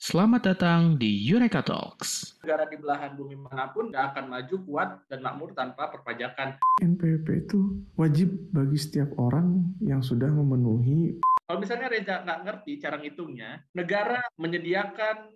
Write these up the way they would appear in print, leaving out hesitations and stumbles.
Selamat datang di Eureka Talks. Negara di belahan bumi manapun nggak akan maju kuat dan makmur tanpa perpajakan. NPWP itu wajib bagi setiap orang yang sudah memenuhi. Kalau misalnya Reza nggak ngerti cara ngitungnya, negara menyediakan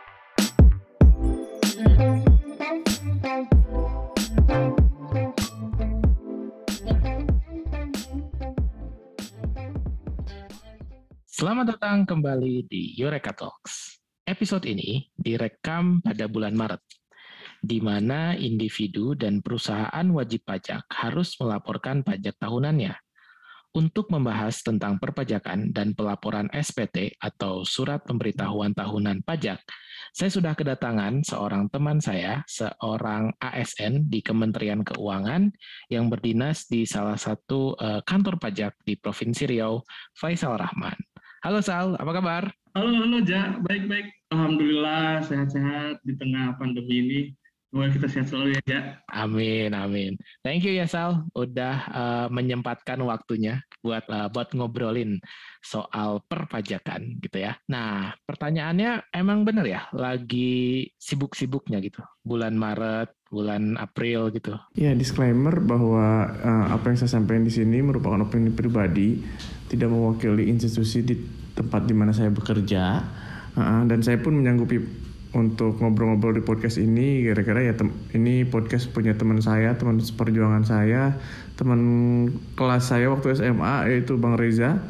Selamat datang kembali di Eureka Talks. Episode ini direkam pada bulan Maret, di mana individu dan perusahaan wajib pajak harus melaporkan pajak tahunannya. Untuk membahas tentang perpajakan dan pelaporan SPT atau Surat Pemberitahuan Tahunan Pajak, saya sudah kedatangan seorang teman saya, seorang ASN di Kementerian Keuangan yang berdinas di salah satu kantor pajak di Provinsi Riau, Faisal Rahman. Halo Sal, apa kabar? Halo Ja, baik-baik. Alhamdulillah sehat-sehat di tengah pandemi ini. Semoga kita sehat selalu ya Ja. Amin. Thank you ya Sal, udah menyempatkan waktunya buat ngobrolin soal perpajakan gitu ya. Nah, pertanyaannya emang bener ya, lagi sibuk-sibuknya gitu, bulan Maret, bulan April gitu. Ya, disclaimer bahwa apa yang saya sampaikan di sini merupakan opini pribadi, tidak mewakili institusi di tempat di mana saya bekerja, dan saya pun menyanggupi untuk ngobrol-ngobrol di podcast ini gara-gara ya ini podcast punya teman saya, teman seperjuangan saya, teman kelas saya waktu SMA, yaitu Bang Reza.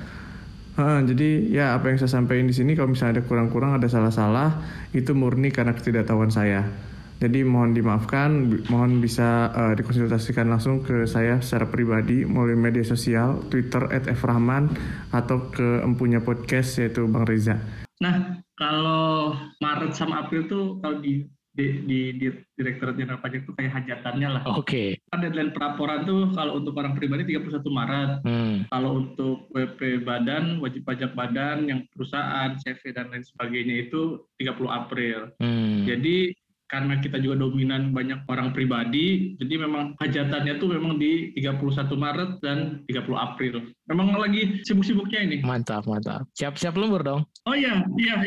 Jadi ya apa yang saya sampaikan di sini kalau misalnya ada kurang-kurang, ada salah-salah, itu murni karena ketidaktahuan saya. Jadi mohon dimaafkan, mohon bisa dikonsultasikan langsung ke saya secara pribadi melalui media sosial, Twitter @frahman, atau ke empunya podcast yaitu Bang Reza. Nah, kalau Maret sama April tuh kalau di Direktorat Jenderal Pajak tuh kayak hajatannya lah. Oke. Deadline pelaporan tuh kalau untuk orang pribadi 31 Maret. Kalau untuk WP badan, wajib pajak badan, yang perusahaan, CV dan lain sebagainya itu 30 April. Jadi karena kita juga dominan banyak orang pribadi, jadi memang hajatannya tuh memang di 31 Maret dan 30 April. Memang lagi sibuk-sibuknya ini. Mantap. Siap-siap lembur dong. Oh iya.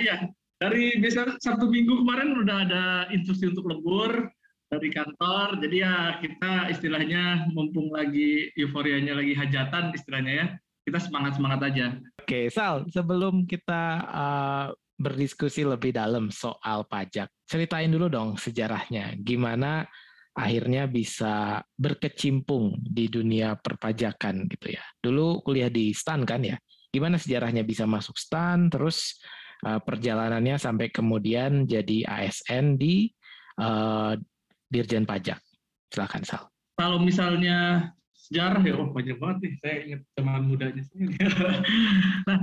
Dari biasa Sabtu Minggu kemarin udah ada instruksi untuk lembur dari kantor. Jadi ya kita istilahnya mumpung lagi euforianya lagi hajatan istilahnya ya, kita semangat-semangat aja. Oke, Sal, sebelum kita berdiskusi lebih dalam soal pajak, ceritain dulu dong sejarahnya. Gimana akhirnya bisa berkecimpung di dunia perpajakan gitu ya. Dulu kuliah di STAN kan ya. Gimana sejarahnya bisa masuk STAN, terus perjalanannya sampai kemudian jadi ASN di Dirjen Pajak. Silakan Sal. Kalau misalnya sejarah ya, banyak banget nih. Saya ingat teman mudanya sendiri. Nah,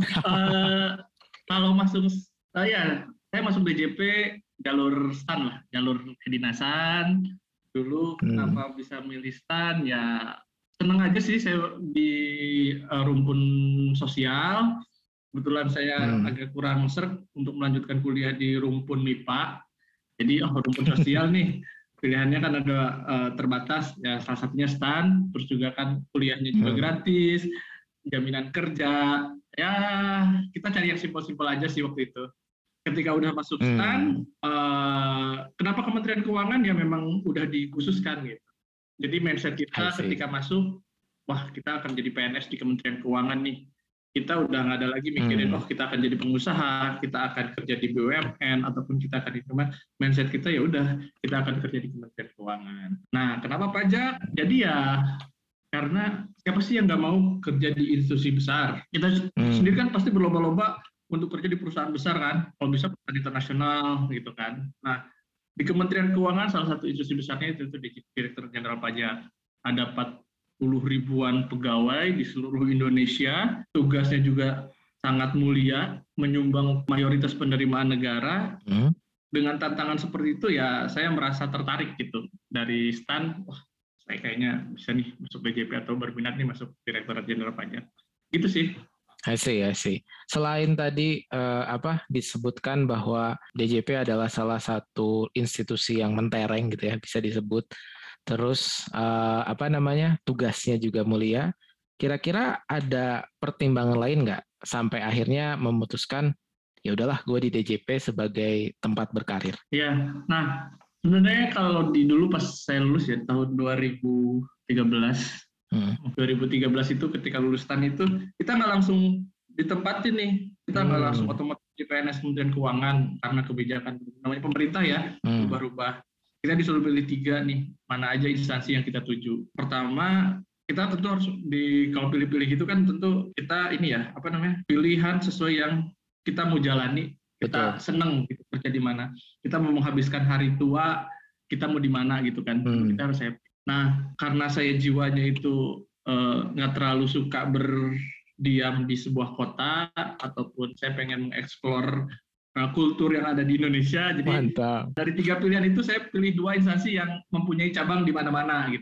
kalau masuk saya masuk DJP jalur STAN lah, jalur kedinasan. Dulu kenapa bisa milih STAN ya, senang aja sih saya di rumpun sosial. Kebetulan saya agak kurang sreg untuk melanjutkan kuliah di rumpun MIPA. Jadi rumpun sosial nih pilihannya kan ada terbatas ya, salah satunya STAN, terus juga kan kuliahnya juga gratis, jaminan kerja. Ya kita cari yang simpel-simpel aja sih waktu itu. Ketika udah masuk STAN, kenapa Kementerian Keuangan ya memang udah dikhususkan gitu. Jadi mindset kita ketika masuk, wah kita akan jadi PNS di Kementerian Keuangan nih. Kita udah nggak ada lagi mikirin, kita akan jadi pengusaha, kita akan kerja di BUMN, ataupun kita akan di tempat. Mindset kita ya udah, kita akan kerja di Kementerian Keuangan. Nah, kenapa pajak? Jadi ya karena siapa sih yang nggak mau kerja di institusi besar? Kita sendiri kan pasti berlomba-lomba untuk kerja di perusahaan besar kan, kalau bisa perusahaan internasional gitu kan. Nah, di Kementerian Keuangan salah satu institusi besarnya itu di Direktur Jenderal Pajak. Ada 40 ribuan pegawai di seluruh Indonesia, tugasnya juga sangat mulia, menyumbang mayoritas penerimaan negara. Dengan tantangan seperti itu ya saya merasa tertarik gitu. Dari STAN, wah saya kayaknya bisa nih masuk DJP atau berminat nih masuk Direktorat Jenderal Pajak. Gitu sih. I see. Selain tadi disebutkan bahwa DJP adalah salah satu institusi yang mentereng gitu ya, bisa disebut. Terus tugasnya juga mulia. Kira-kira ada pertimbangan lain nggak sampai akhirnya memutuskan ya udahlah gue di DJP sebagai tempat berkarir. Ya, nah sebenarnya kalau dulu pas saya lulus ya tahun 2013 itu ketika lulusan itu kita nggak langsung ditempatin nih, kita nggak langsung otomatis di PNS Kementerian Keuangan karena kebijakan namanya pemerintah ya berubah-ubah. Kita disuruh pilih 3 nih, mana aja instansi yang kita tuju. Pertama, kita tentu harus kalau pilih-pilih gitu kan tentu kita ini ya pilihan sesuai yang kita mau jalani. Kita seneng gitu kerja di mana, kita mau menghabiskan hari tua, kita mau di mana gitu kan, kita harus happy. Nah, karena saya jiwanya itu nggak terlalu suka berdiam di sebuah kota, ataupun saya pengen mengeksplor kultur yang ada di Indonesia, jadi dari 3 pilihan itu saya pilih 2 instansi yang mempunyai cabang di mana-mana gitu.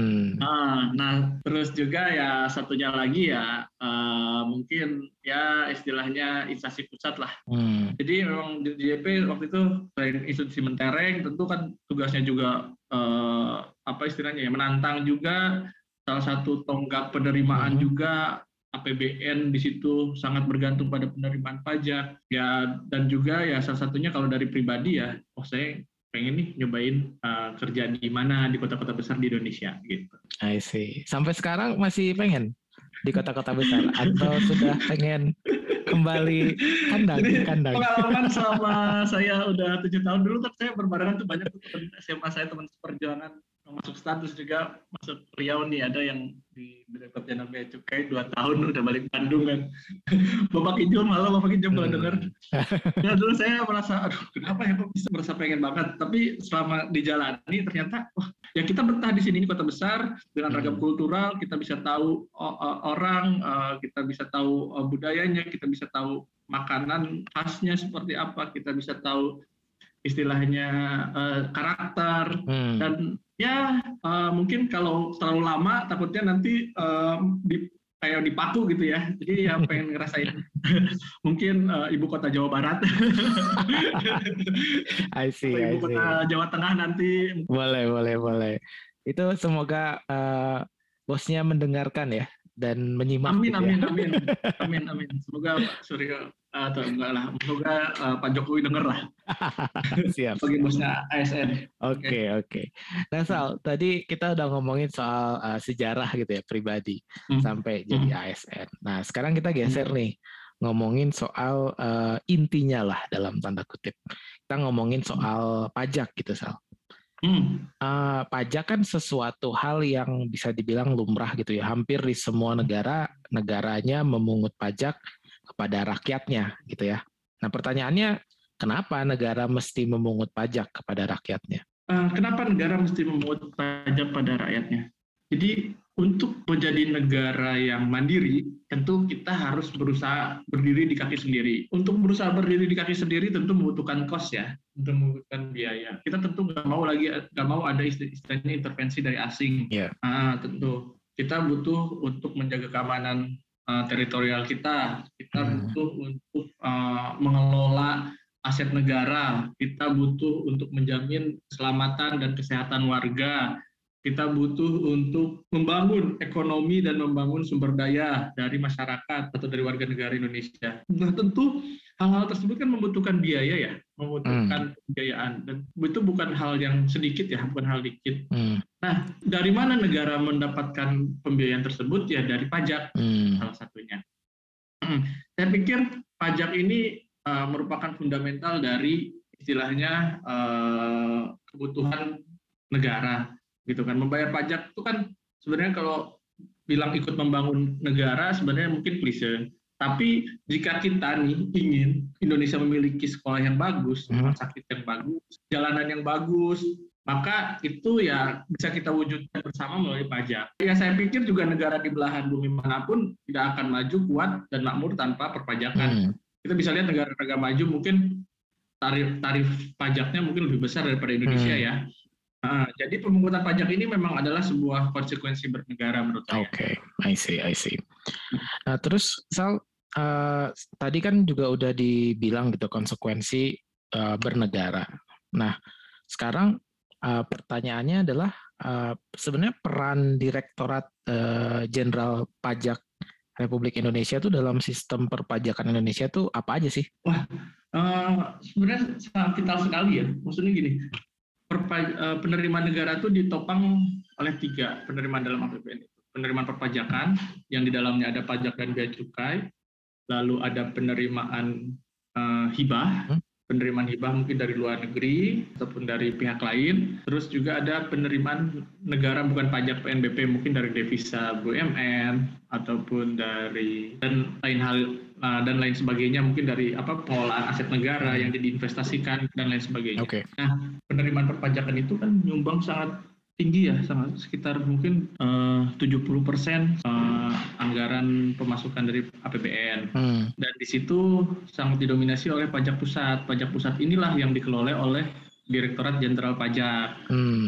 Nah, terus juga ya satunya lagi ya mungkin ya istilahnya instansi pusat lah. Jadi memang di DJP waktu itu selain institusi mentereng, tentu kan tugasnya juga istilahnya ya menantang juga, salah satu tonggak penerimaan juga. APBN di situ sangat bergantung pada penerimaan pajak ya, dan juga ya salah satunya kalau dari pribadi ya, saya pengen nih nyobain kerja di mana di kota-kota besar di Indonesia gitu. I see. Sampai sekarang masih pengen di kota-kota besar atau sudah pengen kembali kandang? Pengalaman selama saya udah 7 tahun dulu kan saya berbarengan tuh banyak tuh teman SMA saya, teman seperjuangan masuk status juga masuk Riau nih, ada yang di Direktorat Jenderal Bea Cukai 2 tahun udah balik Bandung kan. Bapak Kijom kalau dengar. Ya dulu saya merasa aduh kenapa ya kok bisa merasa pengen banget, tapi selama dijalani ternyata wah ya kita betah di sini, ini kota besar dengan ragam kultural, kita bisa tahu orang, kita bisa tahu budayanya, kita bisa tahu makanan khasnya seperti apa, kita bisa tahu istilahnya karakter dan ya mungkin kalau terlalu lama takutnya nanti kayak dipaku gitu ya, jadi ya pengen ngerasain mungkin ibu kota Jawa Barat I see. Ibu kota Jawa Tengah nanti. Boleh itu semoga bosnya mendengarkan ya dan menyimak. Amin. Semoga Pak Suryo atau enggak lah, semoga Pak Jokowi denger lah. Siap. Sebagai bosnya ASN. Oke. Nah Sal, tadi kita udah ngomongin soal sejarah gitu ya pribadi sampai jadi ASN. Nah sekarang kita geser nih ngomongin soal intinya lah dalam tanda kutip. Kita ngomongin soal pajak gitu Sal. Pajak kan sesuatu hal yang bisa dibilang lumrah gitu ya. Hampir di semua negaranya memungut pajak kepada rakyatnya gitu ya. Nah pertanyaannya, kenapa negara mesti memungut pajak kepada rakyatnya? Kenapa negara mesti memungut pajak pada rakyatnya? Jadi untuk menjadi negara yang mandiri, tentu kita harus berusaha berdiri di kaki sendiri. Untuk berusaha berdiri di kaki sendiri tentu membutuhkan cost ya, untuk membutuhkan biaya. Kita tentu nggak mau ada istilahnya intervensi dari asing. Tentu kita butuh untuk menjaga keamanan teritorial kita butuh untuk mengelola aset negara, kita butuh untuk menjamin keselamatan dan kesehatan warga, kita butuh untuk membangun ekonomi dan membangun sumber daya dari masyarakat atau dari warga negara Indonesia. Nah tentu hal-hal tersebut kan membutuhkan biaya ya, membutuhkan pembiayaan, dan itu bukan hal yang sedikit ya, bukan hal dikit. Nah dari mana negara mendapatkan pembiayaan tersebut? Ya dari pajak salah satunya. Saya pikir pajak ini merupakan fundamental dari istilahnya kebutuhan negara. Gitu kan, membayar pajak itu kan sebenarnya kalau bilang ikut membangun negara sebenarnya mungkin klise, tapi jika kita nih ingin Indonesia memiliki sekolah yang bagus, rumah sakit yang bagus, jalanan yang bagus, maka itu ya bisa kita wujudkan bersama melalui pajak. Ya saya pikir juga negara di belahan bumi manapun tidak akan maju kuat dan makmur tanpa perpajakan. Kita bisa lihat negara-negara maju mungkin tarif pajaknya mungkin lebih besar daripada Indonesia ya. Jadi pemungutan pajak ini memang adalah sebuah konsekuensi bernegara menurut saya. Oke, I see. Nah terus Sal, tadi kan juga udah dibilang gitu konsekuensi bernegara. Nah sekarang pertanyaannya adalah sebenarnya peran Direktorat Jenderal Pajak Republik Indonesia tuh dalam sistem perpajakan Indonesia tuh apa aja sih? Wah, sebenarnya sangat vital sekali ya. Maksudnya gini, penerimaan negara itu ditopang oleh 3 penerimaan dalam APBN itu. Penerimaan perpajakan, yang di dalamnya ada pajak dan bea cukai, lalu ada penerimaan hibah, penerimaan hibah mungkin dari luar negeri ataupun dari pihak lain. Terus juga ada penerimaan negara bukan pajak PNBP, mungkin dari devisa BUMN ataupun dari dan lain sebagainya, mungkin dari pengelolaan aset negara yang diinvestasikan dan lain sebagainya. Okay. Nah, penerimaan perpajakan itu kan nyumbang sangat tinggi ya, sangat sekitar mungkin 70% anggaran pemasukan dari APBN. Dan di situ sangat didominasi oleh pajak pusat. Pajak pusat inilah yang dikelola oleh Direktorat Jenderal Pajak.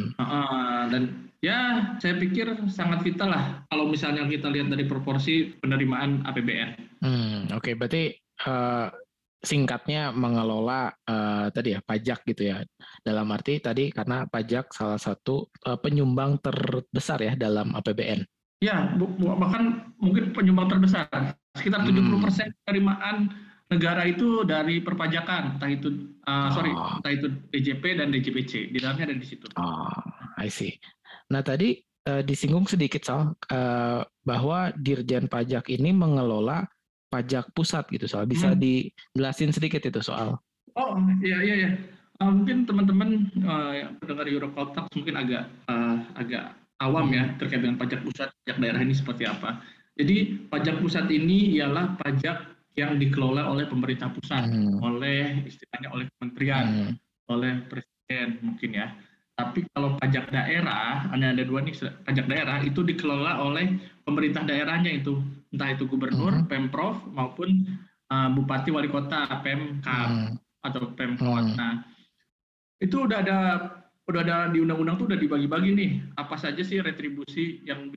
Dan ya saya pikir sangat vital lah kalau misalnya kita lihat dari proporsi penerimaan APBN. Oke, berarti singkatnya mengelola tadi ya pajak gitu ya, dalam arti tadi karena pajak salah satu penyumbang terbesar ya dalam APBN. Ya, bahkan mungkin penyumbang terbesar, sekitar 70% penerimaan negara itu dari perpajakan, entah itu DJP dan DJPC, di dalamnya ada di situ. I see. Nah tadi disinggung sedikit soal bahwa Dirjen Pajak ini mengelola pajak pusat gitu, soal bisa dijelasin sedikit itu soal. Iya. Mungkin teman-teman yang pendengar Eurocloud Talks mungkin agak awam ya terkait dengan pajak pusat, pajak daerah ini seperti apa. Jadi pajak pusat ini ialah pajak yang dikelola oleh pemerintah pusat, oleh kementerian, oleh presiden mungkin ya. Tapi kalau pajak daerah, ada 2 nih, pajak daerah itu dikelola oleh pemerintah daerahnya itu, entah itu gubernur, pemprov maupun bupati wali kota, Pemkab atau Pemkot. Nah, itu udah ada di undang-undang tuh udah dibagi-bagi nih, apa saja sih retribusi yang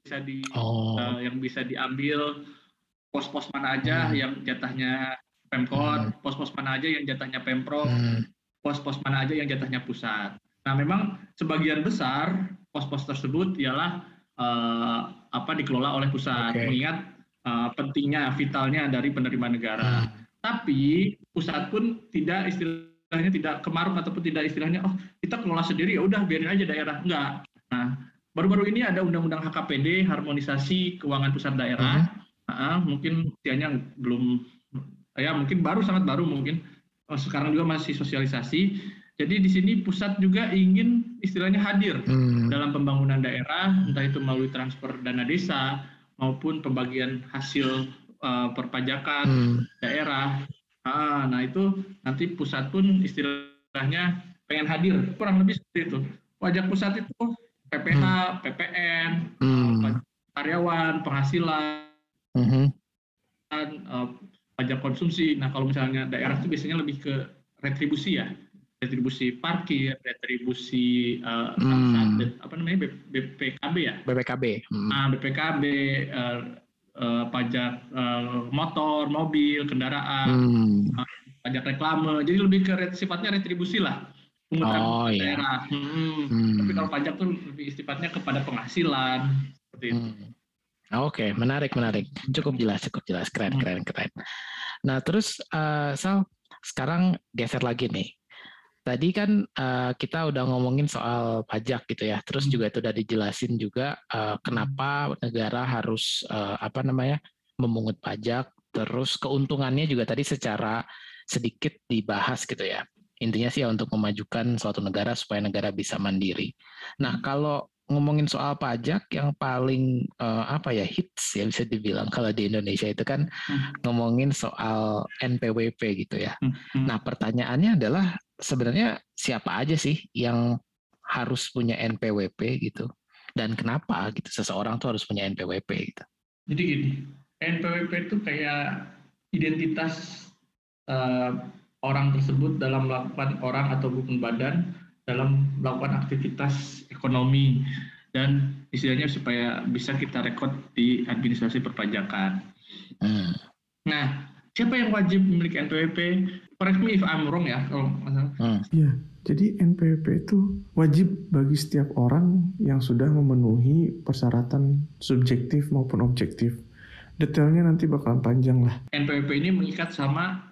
bisa diambil, pos-pos mana aja yang jatahnya Pemkot, pos-pos mana aja yang jatahnya Pemprov, pos-pos mana aja yang jatahnya pusat. Nah, memang sebagian besar pos-pos tersebut ialah dikelola oleh pusat, mengingat pentingnya, vitalnya dari penerimaan negara. Tapi pusat pun tidak kemaruk ataupun tidak istilahnya kita kelola sendiri ya udah biarin aja daerah, enggak. Nah, baru-baru ini ada undang-undang HKPD, harmonisasi keuangan pusat daerah. Mungkin usianya belum, ya mungkin sangat baru mungkin. Sekarang juga masih sosialisasi. Jadi di sini pusat juga ingin istilahnya hadir dalam pembangunan daerah, entah itu melalui transfer dana desa maupun pembagian hasil perpajakan daerah. Nah itu nanti pusat pun istilahnya pengen hadir, kurang lebih seperti itu. Pajak pusat itu PPH, PPN, karyawan, penghasilan, pajak konsumsi. Nah kalau misalnya daerah itu biasanya lebih ke retribusi ya. Retribusi parkir, retribusi BPKB ya? BPKB. BPKB, pajak motor, mobil, kendaraan, pajak reklame. Jadi lebih ke sifatnya retribusi lah, pungutan daerah. Tapi kalau pajak tuh lebih sifatnya kepada penghasilan seperti itu. Oke, menarik. Cukup jelas, keren. Nah terus Sal, sekarang geser lagi nih. Tadi kan kita udah ngomongin soal pajak gitu ya, terus juga itu udah dijelasin juga kenapa negara harus memungut pajak, terus keuntungannya juga tadi secara sedikit dibahas gitu ya. Intinya sih ya untuk memajukan suatu negara supaya negara bisa mandiri. Nah kalau ngomongin soal pajak yang paling hits ya bisa dibilang kalau di Indonesia itu kan ngomongin soal NPWP gitu ya. Nah pertanyaannya adalah sebenarnya siapa aja sih yang harus punya NPWP gitu dan kenapa gitu seseorang tuh harus punya NPWP gitu. Jadi gini, NPWP itu kayak identitas orang tersebut dalam melakukan orang atau badan dalam melakukan aktivitas ekonomi dan istilahnya supaya bisa kita rekod di administrasi perpajakan. Nah, siapa yang wajib memiliki NPWP? Correct me if I'm wrong ya. Iya, jadi NPWP itu wajib bagi setiap orang yang sudah memenuhi persyaratan subjektif maupun objektif Detailnya nanti bakalan panjang lah. NPWP ini mengikat sama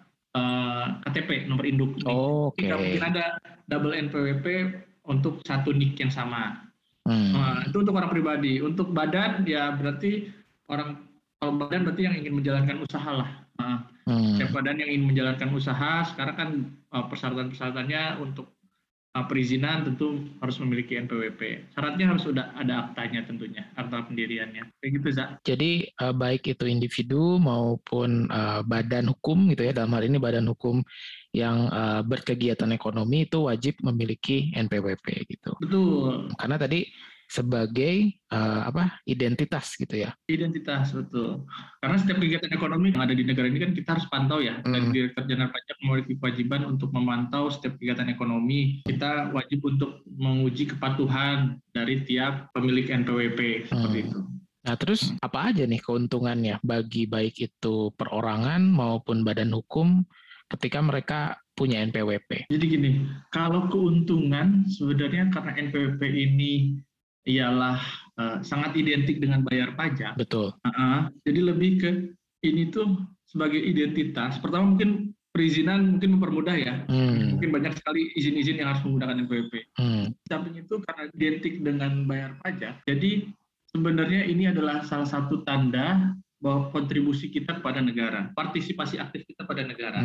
KTP, nomor induk. Oke. Nggak mungkin ada double NPWP untuk satu NIK yang sama. Itu untuk orang pribadi. Untuk badan ya berarti kalau badan berarti yang ingin menjalankan usaha lah. Setiap badan yang ingin menjalankan usaha sekarang kan persyaratan-persyaratannya untuk perizinan tentu harus memiliki NPWP. Syaratnya harus sudah ada aktanya tentunya, akta pendiriannya. Kayak gitu, Za. Jadi baik itu individu maupun badan hukum gitu ya, dalam hal ini badan hukum yang berkegiatan ekonomi itu wajib memiliki NPWP gitu. Betul. Karena tadi sebagai identitas gitu ya. Identitas, betul. Karena setiap kegiatan ekonomi yang ada di negara ini kan kita harus pantau ya. Dari Direktur Jenderal Pajak memiliki kewajiban untuk memantau setiap kegiatan ekonomi. Kita wajib untuk menguji kepatuhan dari tiap pemilik NPWP seperti itu. Nah, terus apa aja nih keuntungannya bagi baik itu perorangan maupun badan hukum ketika mereka punya NPWP? Jadi gini, kalau keuntungan sebenarnya karena NPWP ini ialah sangat identik dengan bayar pajak. Betul. Jadi lebih ke ini tuh sebagai identitas. Pertama mungkin perizinan mungkin mempermudah ya. Mungkin banyak sekali izin-izin yang harus menggunakan NPWP. Samping itu karena identik dengan bayar pajak. Jadi sebenarnya ini adalah salah satu tanda bahwa kontribusi kita kepada negara, partisipasi aktif kita pada negara.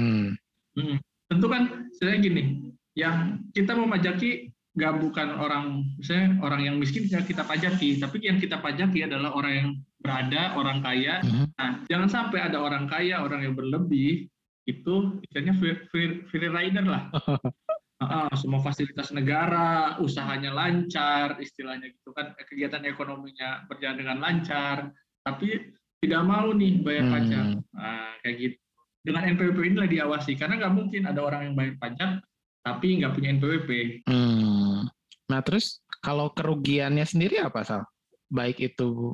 Tentu kan sebenarnya gini, yang kita memajaki nggak bukan misalnya orang yang miskin kita pajaki, tapi yang kita pajaki adalah orang yang berada, orang kaya. Nah, jangan sampai ada orang kaya, orang yang berlebih, itu istilahnya free rider lah. Semua fasilitas negara, usahanya lancar, istilahnya gitu kan, kegiatan ekonominya berjalan dengan lancar, tapi tidak mau nih bayar pajak. Kayak gitu. Dengan NPWP inilah diawasi, karena nggak mungkin ada orang yang bayar pajak tapi nggak punya NPWP. Nah, terus kalau kerugiannya sendiri apa, Sal? Baik itu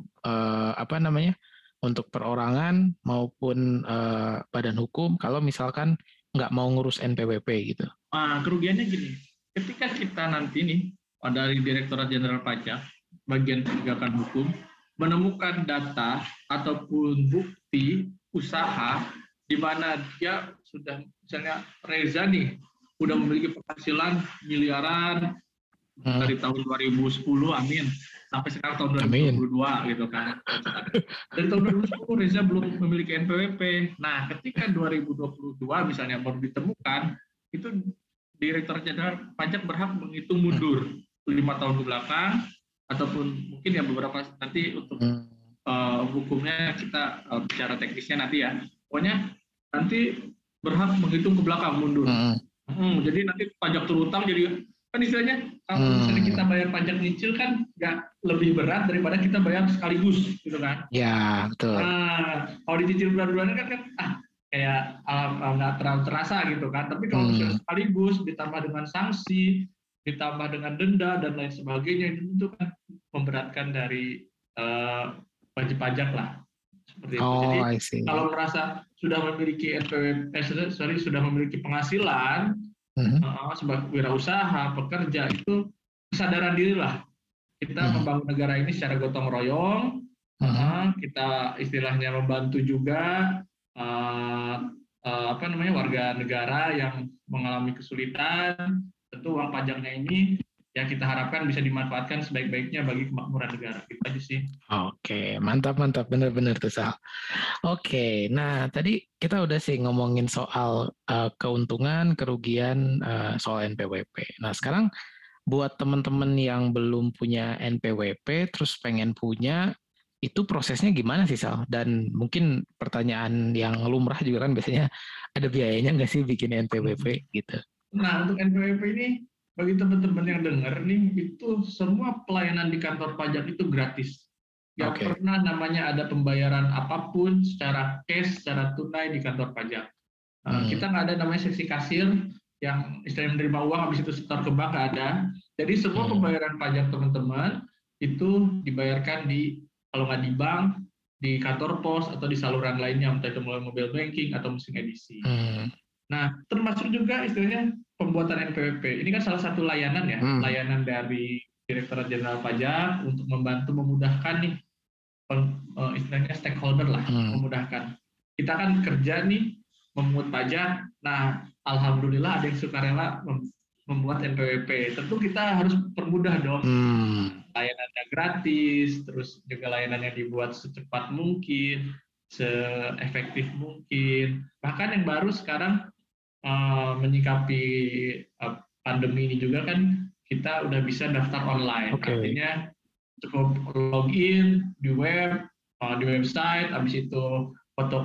untuk perorangan maupun badan hukum, kalau misalkan nggak mau ngurus NPWP gitu. Kerugiannya gini, ketika kita nanti nih dari Direktorat Jenderal Pajak, bagian penegakan hukum, menemukan data ataupun bukti usaha di mana dia sudah, misalnya Reza nih, udah memiliki penghasilan miliaran dari tahun 2010, amin, sampai sekarang tahun 2022 gitu kan. Dari tahun 2010 Reza belum memiliki NPWP. Nah, ketika 2022 misalnya baru ditemukan, itu Direktur Jenderal Pajak berhak menghitung mundur 5 tahun ke belakang, ataupun mungkin ya beberapa nanti untuk hukumnya kita bicara teknisnya nanti ya. Pokoknya nanti berhak menghitung ke belakang mundur. Jadi nanti pajak terutang jadi kan istilahnya kalau misalnya kita bayar pajak nyicil kan nggak lebih berat daripada kita bayar sekaligus gitu kan? Ya betul. Kalau dicicil bulan-bulan kan kayak nggak terlalu terasa gitu kan? Tapi kalau misalnya sekaligus ditambah dengan sanksi, ditambah dengan denda dan lain sebagainya, itu kan memberatkan dari wajib pajak lah. Seperti itu. Jadi kalau merasa sudah memiliki sudah memiliki penghasilan sebagai wirausaha, pekerja, itu kesadaran diri lah. Kita membangun negara ini secara gotong royong, kita istilahnya membantu juga warga negara yang mengalami kesulitan. Tentu uang pajaknya ini yang kita harapkan bisa dimanfaatkan sebaik-baiknya bagi kemakmuran negara. Itu aja sih. Oke, mantap, benar-benar tuh Sal. Oke, nah tadi kita udah sih ngomongin soal keuntungan, kerugian soal NPWP. Nah sekarang buat teman-teman yang belum punya NPWP, terus pengen punya, itu prosesnya gimana sih Sal? Dan mungkin pertanyaan yang lumrah juga kan biasanya, ada biayanya nggak sih bikin NPWP gitu? Nah untuk NPWP ini, bagi teman-teman yang dengar nih, itu semua pelayanan di kantor pajak itu gratis. Nggak pernah namanya ada pembayaran apapun secara cash, secara tunai di kantor pajak. Kita nggak ada namanya seksi kasir yang istilahnya menerima uang habis itu setor ke bank, nggak ada. Jadi semua pembayaran pajak teman-teman itu dibayarkan kalau nggak di bank, di kantor pos atau di saluran lainnya, entah itu melalui mobile banking atau mesin edisi. Nah, termasuk juga istilahnya pembuatan NPWP. Ini kan salah satu layanan ya, layanan dari Direktorat Jenderal Pajak untuk membantu memudahkan nih istilahnya stakeholder lah, memudahkan. Kita kan kerja nih memungut pajak. Nah, alhamdulillah ada yang sukarela membuat NPWP. Tentu kita harus permudah dong. Layanannya gratis, terus juga layanannya dibuat secepat mungkin, seefektif mungkin. Bahkan yang baru sekarang menyikapi pandemi ini juga kan kita udah bisa daftar online. Artinya cukup login di web, di website, habis itu foto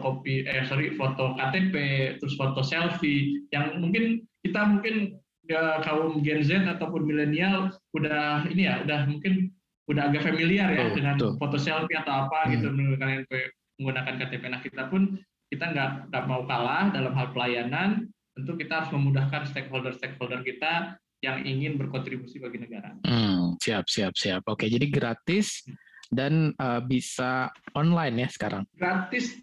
KTP, terus foto selfie. Yang mungkin kita ya, kaum Gen Z ataupun milenial udah agak familiar ya dengan foto selfie atau apa gitu menggunakan KTP. Nah, kita nggak mau kalah dalam hal pelayanan. Tentu kita harus memudahkan stakeholder kita yang ingin berkontribusi bagi negara. Siap. Oke, jadi gratis dan bisa online ya sekarang. Gratis,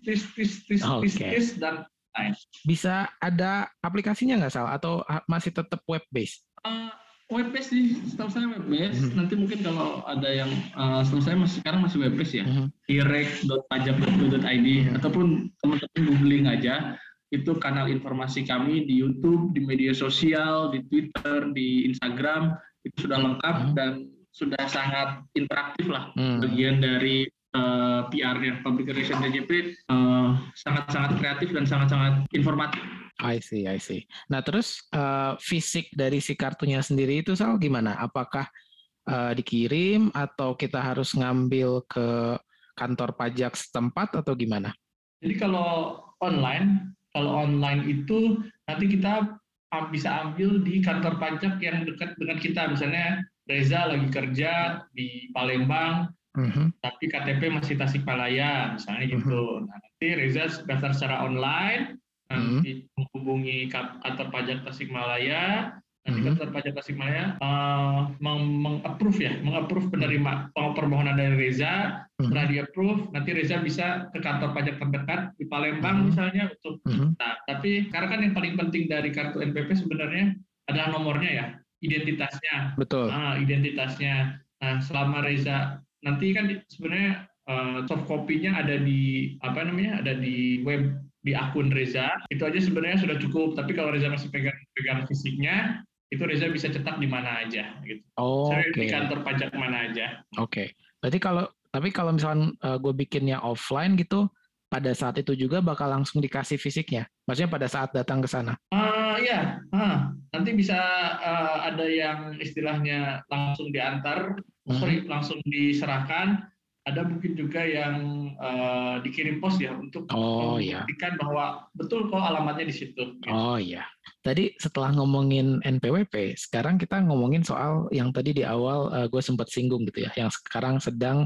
dan online. Bisa ada aplikasinya nggak, Sal? Atau masih tetap web based? Web based sih, setahu saya web based. Nanti mungkin kalau ada yang setahu saya sekarang masih web based ya. direct.pajak.go.id ataupun teman-teman googling aja. Itu kanal informasi kami di YouTube, di media sosial, di Twitter, di Instagram, itu sudah lengkap dan sudah sangat interaktif lah. Bagian dari PR-nya, Public Relations DJP sangat-sangat kreatif dan sangat-sangat informatif. I see. Nah, terus fisik dari si kartunya sendiri itu, Sal, gimana? Apakah dikirim atau kita harus ngambil ke kantor pajak setempat atau gimana? Jadi kalau online itu nanti kita bisa ambil di kantor pajak yang dekat dengan kita. Misalnya Reza lagi kerja di Palembang, tapi KTP masih Tasikmalaya, misalnya gitu. Nah, nanti Reza daftar secara online, nanti menghubungi kantor pajak Tasikmalaya. Nanti kantor pajak Tasikmalaya meng-approve penerima permohonan dari Reza. Setelah di-approve, nanti Reza bisa ke kantor pajak terdekat di Palembang misalnya untuk nah, tapi karena kan yang paling penting dari kartu NPWP sebenarnya adalah nomornya ya, identitasnya. Betul. Identitasnya. Nah, selama Reza nanti kan sebenarnya soft copy-nya ada di ada di web di akun Reza. Itu aja sebenarnya sudah cukup. Tapi kalau Reza masih pegang fisiknya, itu Reza bisa cetak di mana aja gitu. Di kantor pajak mana aja. Berarti kalau misalkan gue bikinnya offline gitu, pada saat itu juga bakal langsung dikasih fisiknya. Maksudnya pada saat datang ke sana. Nanti bisa ada yang istilahnya langsung diantar, langsung diserahkan. Ada mungkin juga yang dikirim pos ya untuk membuktikan bahwa betul kok alamatnya di situ. Gitu. Tadi setelah ngomongin NPWP, sekarang kita ngomongin soal yang tadi di awal gue sempat singgung gitu ya, yang sekarang sedang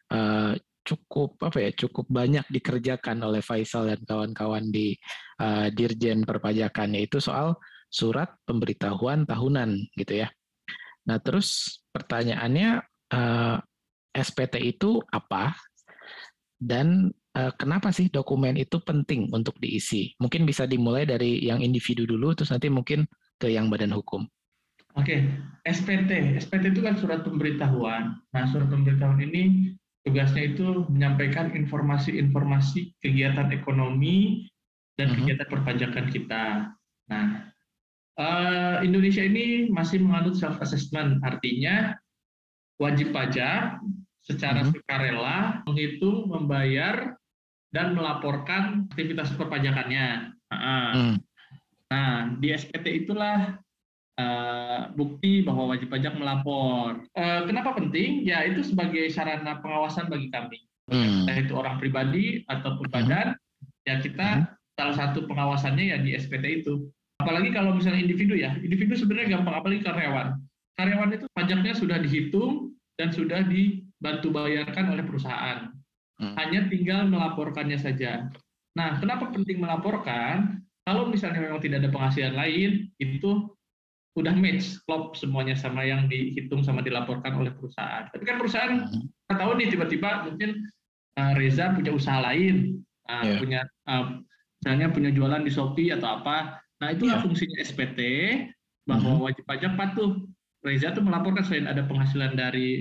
cukup banyak dikerjakan oleh Faisal dan kawan-kawan di Dirjen Perpajakan, yaitu soal surat pemberitahuan tahunan gitu ya. Nah, terus pertanyaannya SPT itu apa dan kenapa sih dokumen itu penting untuk diisi? Mungkin bisa dimulai dari yang individu dulu, terus nanti mungkin ke yang badan hukum. SPT itu kan surat pemberitahuan. Nah, surat pemberitahuan ini tugasnya itu menyampaikan informasi-informasi kegiatan ekonomi dan kegiatan perpajakan kita. Nah, Indonesia ini masih menganut self-assessment, artinya wajib pajak secara sukarela menghitung, membayar, dan melaporkan aktivitas perpajakannya. Nah, di SPT itulah bukti bahwa wajib pajak melapor. Kenapa penting? Ya, itu sebagai sarana pengawasan bagi kami. Entah itu orang pribadi ataupun badan, ya kita salah satu pengawasannya ya di SPT itu. Apalagi kalau misalnya individu ya, individu sebenarnya gampang, apalagi karyawan. Karyawan itu pajaknya sudah dihitung dan sudah dibantu bayarkan oleh perusahaan. Hanya tinggal melaporkannya saja. Nah, kenapa penting melaporkan? Kalau misalnya memang tidak ada penghasilan lain, itu udah match, klop semuanya sama yang dihitung sama dilaporkan oleh perusahaan. Tapi kan perusahaan, kita tahu nih tiba-tiba mungkin Reza punya usaha lain, misalnya punya jualan di Shopee atau apa. Nah, itulah fungsinya SPT, bahwa wajib pajak patuh. Reza tuh melaporkan selain ada penghasilan dari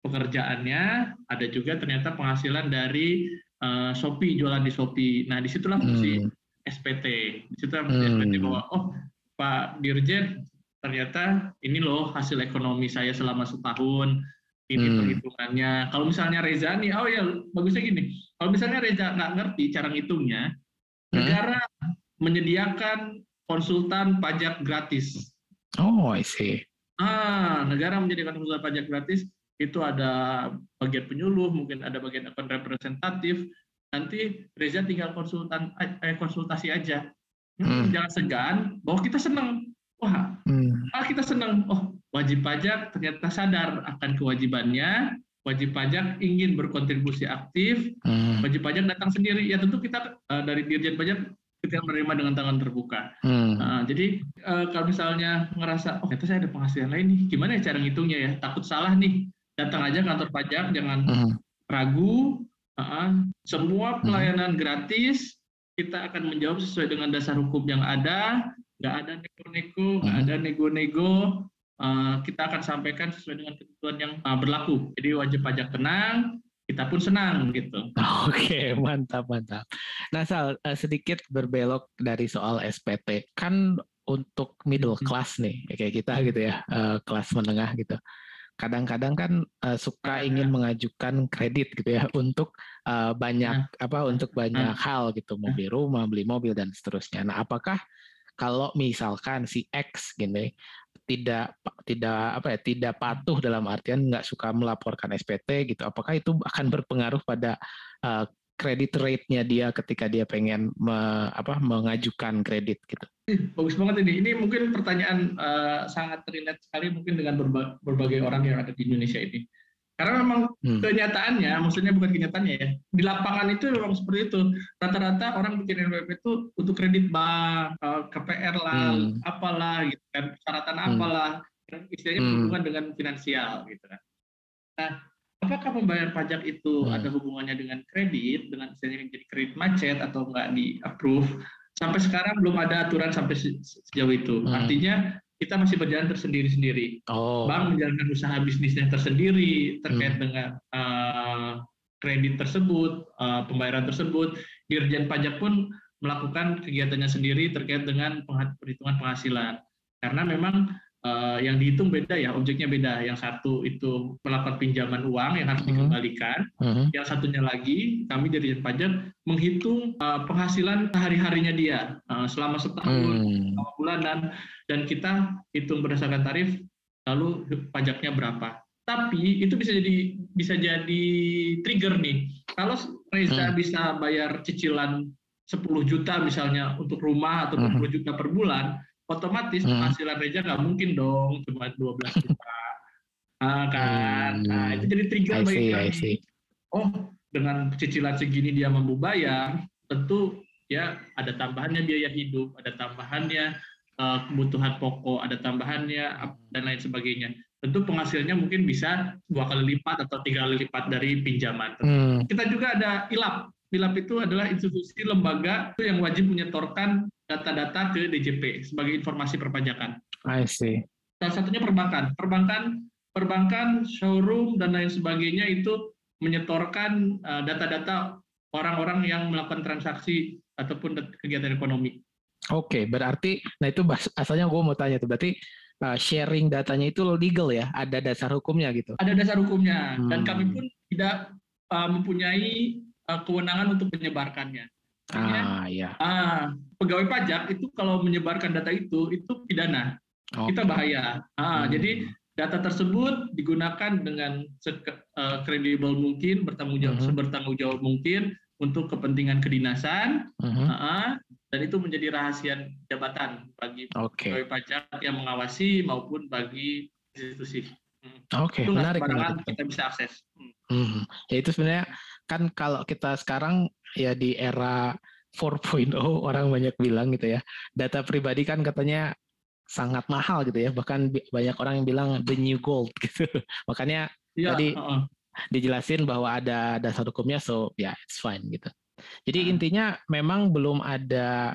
pekerjaannya, ada juga ternyata penghasilan dari Shopee, jualan di Shopee. Nah, disitulah fungsi SPT. Disitulah fungsi SPT bahwa, oh Pak Dirjen, ternyata ini loh hasil ekonomi saya selama setahun, ini perhitungannya. Kalau misalnya Reza nih, oh ya bagusnya gini, kalau misalnya Reza nggak ngerti cara ngitungnya, negara menyediakan konsultan pajak gratis. Oh, I see. Negara menyediakan konsultan pajak gratis, itu ada bagian penyuluh, mungkin ada bagian akun representatif. Nanti Reza tinggal konsultasi aja. Jangan segan, bahwa kita senang. Wah, kita senang. Oh, wajib pajak ternyata sadar akan kewajibannya. Wajib pajak ingin berkontribusi aktif. Wajib pajak datang sendiri. Ya tentu kita dari Dirjen Pajak kita menerima dengan tangan terbuka. Jadi kalau misalnya ngerasa, oh ternyata saya ada penghasilan lain nih, gimana ya cara ngitungnya ya? Takut salah nih. Datang aja kantor pajak, jangan ragu. Semua pelayanan gratis, kita akan menjawab sesuai dengan dasar hukum yang ada. Nggak ada nego-nego, nggak ada nego-nego. Kita akan sampaikan sesuai dengan ketentuan yang berlaku. Jadi wajib pajak tenang, kita pun senang gitu. Oke, mantap. Nah, Sal, sedikit berbelok dari soal SPT. Kan untuk middle class nih, kayak kita gitu ya, kelas menengah gitu. Kadang-kadang kan suka ingin mengajukan kredit gitu ya untuk banyak hal gitu, mau beli rumah, beli mobil dan seterusnya. Nah, apakah kalau misalkan si X gini tidak patuh dalam artian nggak suka melaporkan SPT gitu, apakah itu akan berpengaruh pada kredit rate-nya dia ketika dia pengen mengajukan kredit gitu? Bagus banget ini. Ini mungkin pertanyaan sangat relate sekali mungkin dengan berbagai orang yang ada di Indonesia ini. Karena memang kenyataannya, maksudnya bukan kenyataannya ya, di lapangan itu memang seperti itu. Rata-rata orang bikin NPWP itu untuk kredit bank, KPR lah, apalah gitu kan, persyaratan apalah, istilahnya berhubungan dengan finansial gitu kan. Nah, apakah pembayar pajak itu ada hubungannya dengan kredit, dengan istilahnya jadi kredit macet atau nggak di-approve? Sampai sekarang belum ada aturan sampai sejauh itu. Artinya kita masih berjalan tersendiri-sendiri. Bank menjalankan usaha bisnisnya tersendiri terkait dengan kredit tersebut, pembayaran tersebut. Dirjen Pajak pun melakukan kegiatannya sendiri terkait dengan perhitungan penghasilan. Karena memang yang dihitung beda ya, objeknya beda. Yang satu itu melakukan pinjaman uang yang harus dikembalikan. Yang satunya lagi, kami Dirjen Pajak menghitung penghasilan sehari-harinya dia selama setahun, selama bulanan, dan kita hitung berdasarkan tarif, lalu pajaknya berapa. Tapi itu bisa jadi trigger nih. Kalau Reza bisa bayar cicilan 10 juta misalnya untuk rumah atau 20 juta per bulan, otomatis penghasilan Reza nggak mungkin dong cuma 12 juta. Nah, itu jadi trigger bagi kami. Oh, dengan cicilan segini dia mampu bayar, tentu ya ada tambahannya biaya hidup, ada tambahannya kebutuhan pokok, ada tambahannya dan lain sebagainya. Tentu penghasilnya mungkin bisa 2 kali lipat atau 3 kali lipat dari pinjaman. Kita juga ada ILAP. ILAP itu adalah institusi lembaga itu yang wajib menyetorkan data-data ke DJP sebagai informasi perpajakan. I see. Salah satunya perbankan. Perbankan, showroom dan lain sebagainya itu menyetorkan data-data orang-orang yang melakukan transaksi ataupun kegiatan ekonomi. Oke, berarti, nah itu asalnya gue mau tanya tuh, berarti sharing datanya itu legal ya? Ada dasar hukumnya gitu? Ada dasar hukumnya, dan kami pun tidak mempunyai kewenangan untuk menyebarkannya. Iya. Pegawai pajak itu kalau menyebarkan data itu pidana. Kita bahaya. Jadi data tersebut digunakan dengan kredibel mungkin, bertanggung jawab mungkin untuk kepentingan kedinasan, dan itu menjadi rahasia jabatan bagi pegawai pajak yang mengawasi maupun bagi institusi. Oke, menarik. Kita bisa akses. Ya itu sebenarnya kan kalau kita sekarang ya di era 4.0 orang banyak bilang gitu ya, data pribadi kan katanya sangat mahal gitu ya, bahkan banyak orang yang bilang the new gold gitu. Makanya tadi dijelasin bahwa ada dasar hukumnya, so ya it's fine gitu. Jadi intinya memang belum ada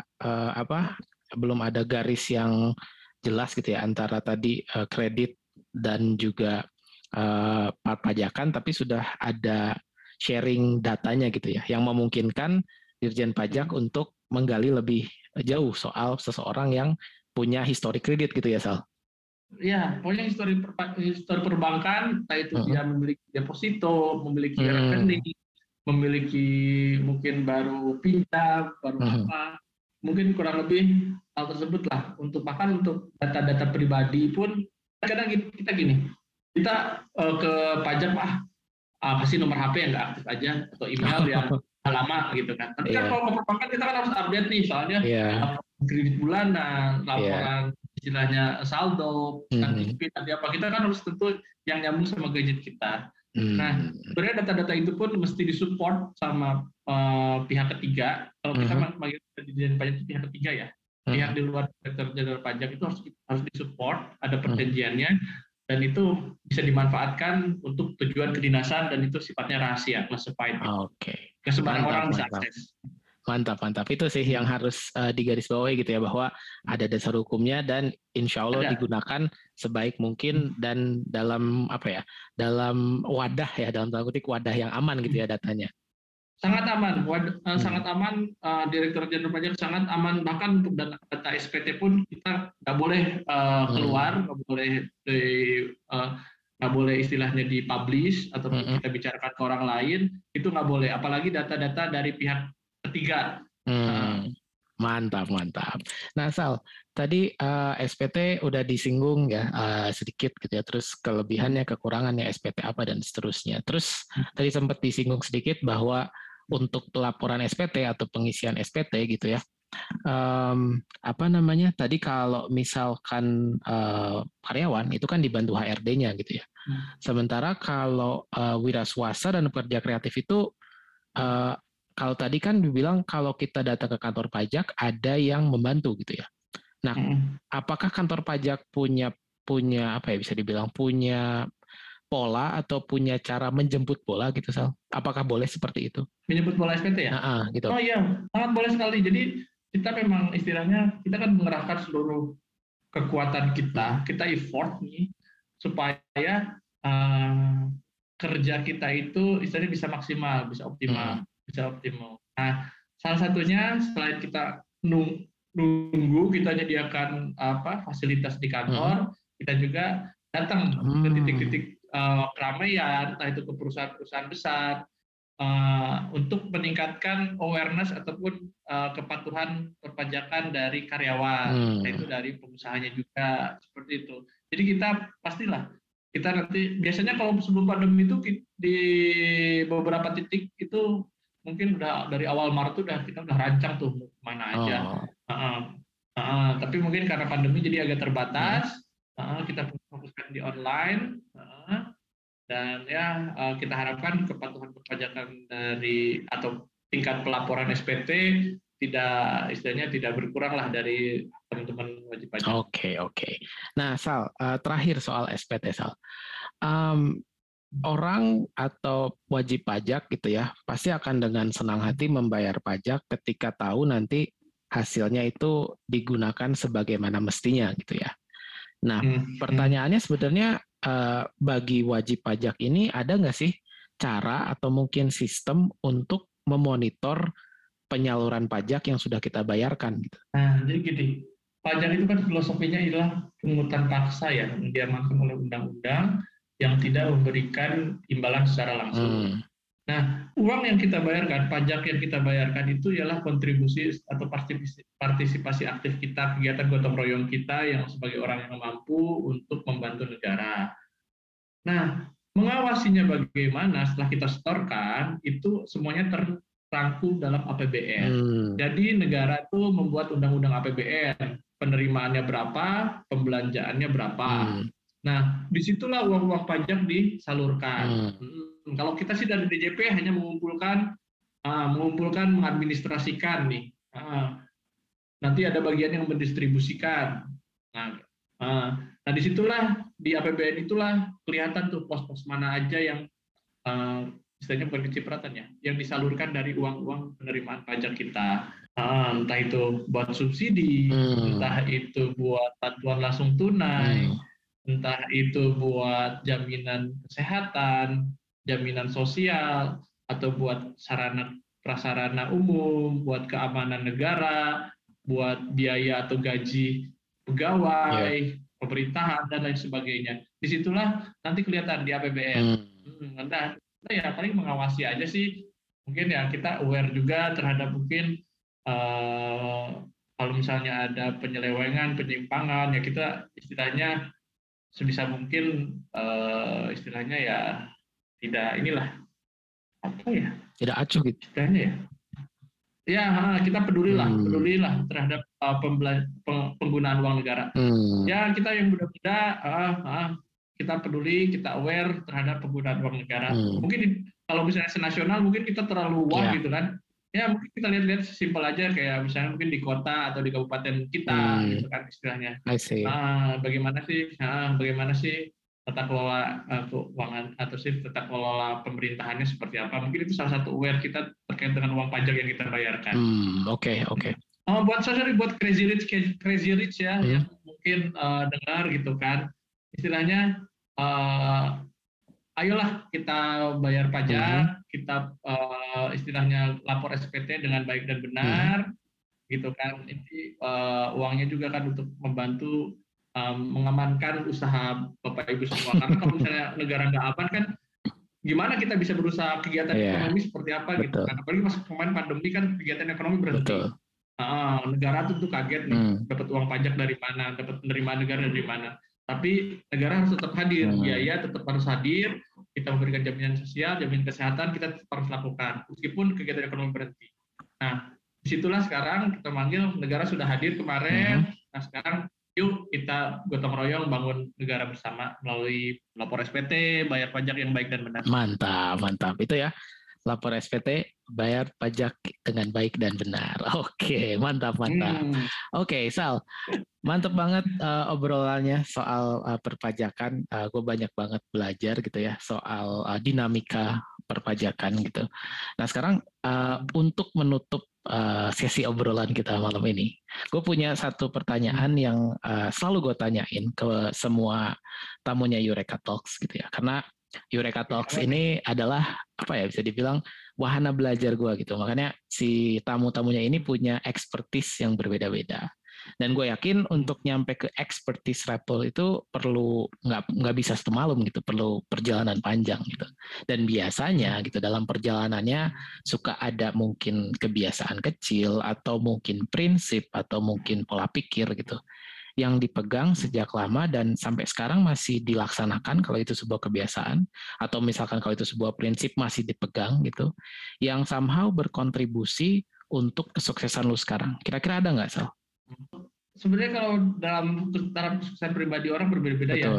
garis yang jelas gitu ya antara tadi kredit dan juga pajakan, tapi sudah ada sharing datanya gitu ya, yang memungkinkan Dirjen Pajak untuk menggali lebih jauh soal seseorang yang punya histori kredit gitu ya, Sal? Ya, pokoknya histori perbankan, entah itu dia memiliki deposito, memiliki rekening, memiliki mungkin baru pinjam, baru apa, mungkin kurang lebih hal tersebut lah. Bahkan untuk data-data pribadi pun, kadang kita gini, kita ke pajak kasih nomor HP yang nggak aktif aja, atau email yang lama gitu kan. Tapi kan kalau ke perbankan kita kan harus update nih, soalnya kredit bulanan, laporan istilahnya saldo, antisipasi tadi apa, kita kan harus tentu yang nyambung sama gadget kita. Nah, sebenarnya data-data itu pun mesti disupport sama pihak ketiga. Kalau kita manggil Dirjen Pajak itu pihak ketiga ya, pihak di luar Direktur Jenderal Pajak itu harus disupport, ada perjanjiannya, dan itu bisa dimanfaatkan untuk tujuan kedinasan dan itu sifatnya rahasia, classified. Oke. Ke sembarang orang bisa akses. Mantap. Itu sih yang harus digarisbawahi gitu ya, bahwa ada dasar hukumnya dan insya Allah digunakan sebaik mungkin dan dalam dalam wadah ya, dalam tanda kutip wadah yang aman gitu ya datanya. Sangat aman, sangat aman. Direktur Jenderal Pajak sangat aman, bahkan untuk data SPT pun kita nggak boleh keluar, nggak boleh istilahnya dipublish atau kita bicarakan ke orang lain, itu nggak boleh, apalagi data-data dari pihak ketiga. Mantap. Nah, Sal, tadi SPT udah disinggung ya sedikit gitu ya, terus kelebihannya, kekurangannya SPT apa dan seterusnya. Terus tadi sempat disinggung sedikit bahwa untuk pelaporan SPT atau pengisian SPT gitu ya, tadi kalau misalkan karyawan itu kan dibantu HRD-nya gitu ya. Sementara kalau wira swasta dan pekerja kreatif itu kalau tadi kan dibilang kalau kita datang ke kantor pajak ada yang membantu gitu ya. Nah, apakah kantor pajak punya bisa dibilang punya pola atau punya cara menjemput bola gitu, Sal? Apakah boleh seperti itu? Menjemput bola SPT ya? Gitu. Oh iya, sangat boleh sekali. Jadi kita memang istilahnya kita kan mengerahkan seluruh kekuatan kita effort nih supaya kerja kita itu istilahnya bisa maksimal, bisa optimal. Nah, salah satunya selain kita nunggu kita menyediakan fasilitas di kantor, kita juga datang ke titik-titik keramaian, entah itu ke perusahaan-perusahaan besar, untuk meningkatkan awareness ataupun kepatuhan perpajakan dari karyawan, yaitu dari pengusahanya juga, seperti itu. Jadi kita nanti biasanya kalau sebelum pandemi itu di beberapa titik itu mungkin udah dari awal Maret kita udah rancang tuh mana aja. Tapi mungkin karena pandemi jadi agak terbatas, kita fokuskan di online, dan ya kita harapkan kepatuhan perpajakan dari atau tingkat pelaporan SPT tidak berkurang lah dari teman-teman wajib pajak. Oke. Nah, Sal, terakhir soal SPT, Sal. Orang atau wajib pajak gitu ya pasti akan dengan senang hati membayar pajak ketika tahu nanti hasilnya itu digunakan sebagaimana mestinya gitu ya. Nah, pertanyaannya sebenarnya bagi wajib pajak ini ada nggak sih cara atau mungkin sistem untuk memonitor penyaluran pajak yang sudah kita bayarkan gitu? Nah, jadi gini, pajak itu kan filosofinya adalah pungutan paksa ya, yang diamankan oleh undang-undang yang tidak memberikan imbalan secara langsung. Nah, uang yang kita bayarkan, pajak yang kita bayarkan itu ialah kontribusi atau partisipasi aktif kita, kegiatan gotong royong kita yang sebagai orang yang mampu untuk membantu negara. Nah, mengawasinya bagaimana setelah kita setorkan, itu semuanya terangkum dalam APBN. Jadi negara itu membuat undang-undang APBN, penerimaannya berapa, pembelanjaannya berapa. Nah, disitulah uang-uang pajak disalurkan. Kalau kita sih dari DJP hanya mengumpulkan, mengadministrasikan nih. Nanti ada bagian yang mendistribusikan. Nah, disitulah di APBN itulah kelihatan tuh pos-pos mana aja yang istilahnya bukan kecipratan ya, yang disalurkan dari uang-uang penerimaan pajak kita. Entah itu buat subsidi, entah itu buat bantuan langsung tunai. entah itu buat jaminan kesehatan, jaminan sosial, atau buat sarana prasarana umum, buat keamanan negara, buat biaya atau gaji pegawai, pemerintahan, dan lain sebagainya. Disitulah nanti kelihatan di APBN. Nah, ya paling mengawasi aja sih. Mungkin ya kita aware juga terhadap mungkin kalau misalnya ada penyelewengan, penyimpangan, ya kita istilahnya sebisa mungkin istilahnya ya tidak inilah apa ya? Tidak acuh gitu. Istilahnya ya. Ya, kita pedulilah terhadap penggunaan uang negara. Ya, kita yang muda-muda, kita peduli, kita aware terhadap penggunaan uang negara. Mungkin kalau misalnya senasional, mungkin kita terlalu wah gitu kan. Ya, mungkin kita lihat-lihat simpel aja, kayak misalnya mungkin di kota atau di kabupaten kita, gitu kan istilahnya. Bagaimana sih tata kelola keuangan atau sih tata kelola pemerintahannya seperti apa? Mungkin itu salah satu aware kita terkait dengan uang pajak yang kita bayarkan. Oke. Buat crazy rich ya, yang mungkin dengar gitu kan, istilahnya ayolah kita bayar pajak, kita istilahnya lapor SPT dengan baik dan benar, gitu kan. Ini uangnya juga kan untuk membantu mengamankan usaha Bapak Ibu semua. Karena kalau misalnya negara nggak aman kan, gimana kita bisa berusaha kegiatan ekonomi seperti apa gitu kan. Apalagi pas kemarin pandemi kan kegiatan ekonomi berhenti. Negara tentu kaget nih, dapat uang pajak dari mana, dapat penerimaan negara dari mana. Tapi negara harus tetap hadir, biaya tetap harus hadir, kita memberikan jaminan sosial, jaminan kesehatan, kita tetap harus lakukan, meskipun kegiatan ekonomi berhenti. Nah, disitulah sekarang kita manggil, negara sudah hadir kemarin, nah sekarang yuk kita gotong royong bangun negara bersama melalui lapor SPT, bayar pajak yang baik dan benar. Mantap. Itu ya, lapor SPT, bayar pajak dengan baik dan benar. Oke, mantap. Oke, Sal, mantap banget obrolannya soal perpajakan. Gue banyak banget belajar gitu ya soal dinamika perpajakan gitu. Nah sekarang untuk menutup sesi obrolan kita malam ini, gue punya satu pertanyaan yang selalu gue tanyain ke semua tamunya Eureka Talks gitu ya, karena Eureka Talks ini adalah apa ya, bisa dibilang wahana belajar gue gitu. Makanya si tamu-tamunya ini punya expertise yang berbeda-beda. Dan gue yakin untuk nyampe ke expertise level itu perlu nggak bisa semalam gitu, perlu perjalanan panjang gitu. Dan biasanya gitu dalam perjalanannya suka ada mungkin kebiasaan kecil atau mungkin prinsip atau mungkin pola pikir gitu yang dipegang sejak lama dan sampai sekarang masih dilaksanakan kalau itu sebuah kebiasaan, atau misalkan kalau itu sebuah prinsip masih dipegang gitu, yang somehow berkontribusi untuk kesuksesan lu sekarang. Kira-kira ada nggak, Sal? Sebenarnya kalau dalam kesuksesan pribadi orang berbeda-beda ya.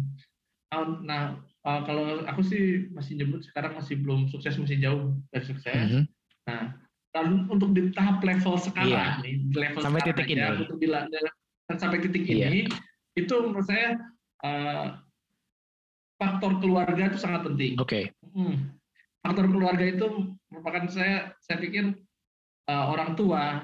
Nah, kalau aku sih masih nyebut sekarang masih belum sukses, masih jauh dari sukses. Nah, untuk di tahap level sekarang nih, level sampai sekarang titik aja, ini. untuk sampai titik ini, itu menurut saya faktor keluarga itu sangat penting. Faktor keluarga itu merupakan saya pikir orang tua,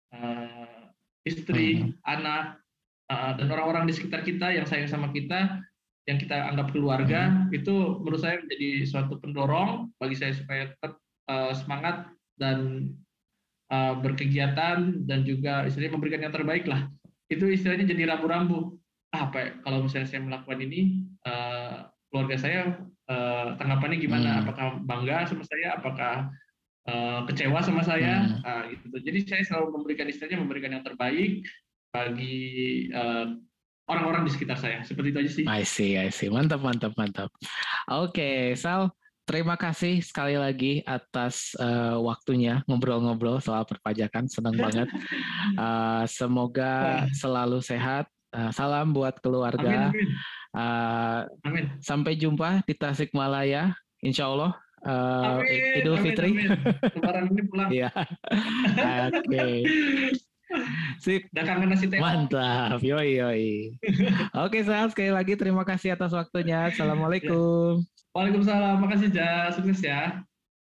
istri, anak, dan orang-orang di sekitar kita yang sayang sama kita, yang kita anggap keluarga, itu menurut saya menjadi suatu pendorong bagi saya supaya tetap semangat dan berkegiatan dan juga istilahnya memberikan yang terbaik lah. Itu istilahnya jadi rambu-rambu. Kalau misalnya saya melakukan ini, keluarga saya tanggapannya gimana? Apakah bangga sama saya? Apakah kecewa sama saya? Gitu. Jadi saya selalu memberikan yang terbaik bagi orang-orang di sekitar saya. Seperti itu aja sih. I see. Mantap. Oke, Sal. Terima kasih sekali lagi atas waktunya ngobrol-ngobrol soal perpajakan. Senang banget. Semoga selalu sehat. Salam buat keluarga. Amin. Sampai jumpa di Tasikmalaya, insya Allah. Idul Fitri. Lebaran ini pulang. Iya. Oke. Sip. Udah kangen nasi teh. Mantap. Yoi. Oke, Sal. Sekali lagi terima kasih atas waktunya. Assalamualaikum. Waalaikumsalam. Makasih, Ja. Sukses ya.